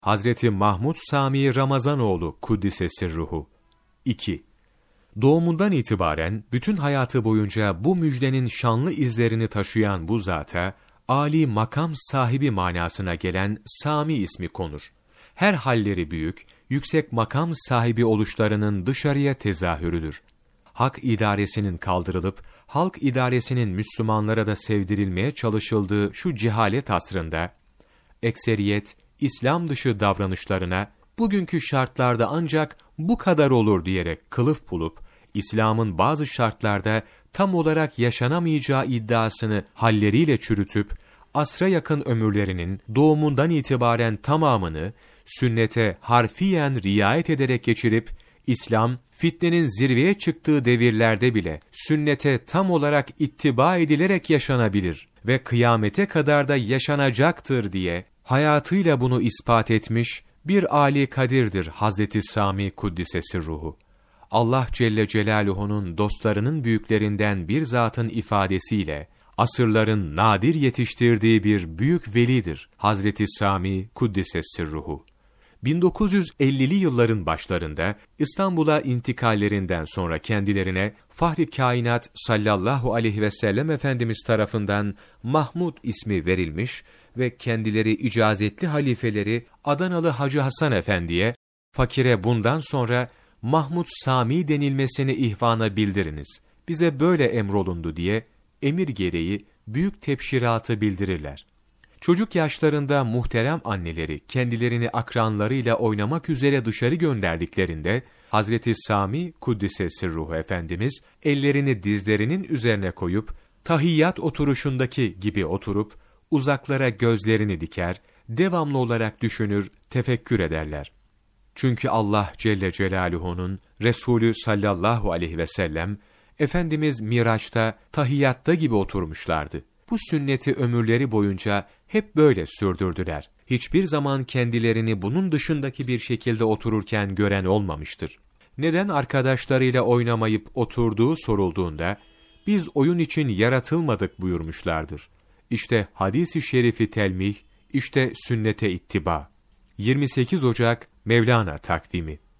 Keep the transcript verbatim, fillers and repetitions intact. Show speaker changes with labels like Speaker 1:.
Speaker 1: Hazreti Mahmud Sami Ramazanoğlu Kuddisesi Ruhu. iki. Doğumundan itibaren bütün hayatı boyunca bu müjdenin şanlı izlerini taşıyan bu zata, âli makam sahibi manasına gelen Sami ismi konur. Her halleri büyük, yüksek makam sahibi oluşlarının dışarıya tezahürüdür. Hak idaresinin kaldırılıp, halk idaresinin Müslümanlara da sevdirilmeye çalışıldığı şu cehalet asrında, ekseriyet, İslam dışı davranışlarına, bugünkü şartlarda ancak bu kadar olur diyerek kılıf bulup, İslam'ın bazı şartlarda tam olarak yaşanamayacağı iddiasını halleriyle çürütüp, asra yakın ömürlerinin doğumundan itibaren tamamını, sünnete harfiyen riayet ederek geçirip, İslam, fitnenin zirveye çıktığı devirlerde bile sünnete tam olarak ittiba edilerek yaşanabilir ve kıyamete kadar da yaşanacaktır diye hayatıyla bunu ispat etmiş bir âli kadirdir Hazreti Sami Kuddisesi Ruhu. Allah Celle Celaluhu'nun dostlarının büyüklerinden bir zatın ifadesiyle, asırların nadir yetiştirdiği bir büyük velidir Hazreti Sami Kuddisesi Ruhu. bin dokuz yüz ellili yılların başlarında İstanbul'a intikallerinden sonra kendilerine Fahri Kainat sallallahu aleyhi ve sellem Efendimiz tarafından Mahmud ismi verilmiş ve kendileri icazetli halifeleri Adanalı Hacı Hasan Efendi'ye, fakire bundan sonra Mahmud Sami denilmesini ihvana bildiriniz, bize böyle emrolundu diye emir gereği büyük tebşiratı bildirirler. Çocuk yaşlarında muhterem anneleri kendilerini akranlarıyla oynamak üzere dışarı gönderdiklerinde, Hazreti Sami Kuddisesi Ruhu Efendimiz ellerini dizlerinin üzerine koyup, tahiyyat oturuşundaki gibi oturup, uzaklara gözlerini diker, devamlı olarak düşünür, tefekkür ederler. Çünkü Allah Celle Celaluhu'nun Resulü sallallahu aleyhi ve sellem, Efendimiz Miraç'ta tahiyyatta gibi oturmuşlardı. Bu sünneti ömürleri boyunca hep böyle sürdürdüler. Hiçbir zaman kendilerini bunun dışındaki bir şekilde otururken gören olmamıştır. Neden arkadaşlarıyla oynamayıp oturduğu sorulduğunda, biz oyun için yaratılmadık buyurmuşlardır. İşte hadis-i şerifi telmih, işte sünnete ittiba. yirmi sekiz Ocak Mevlana takvimi.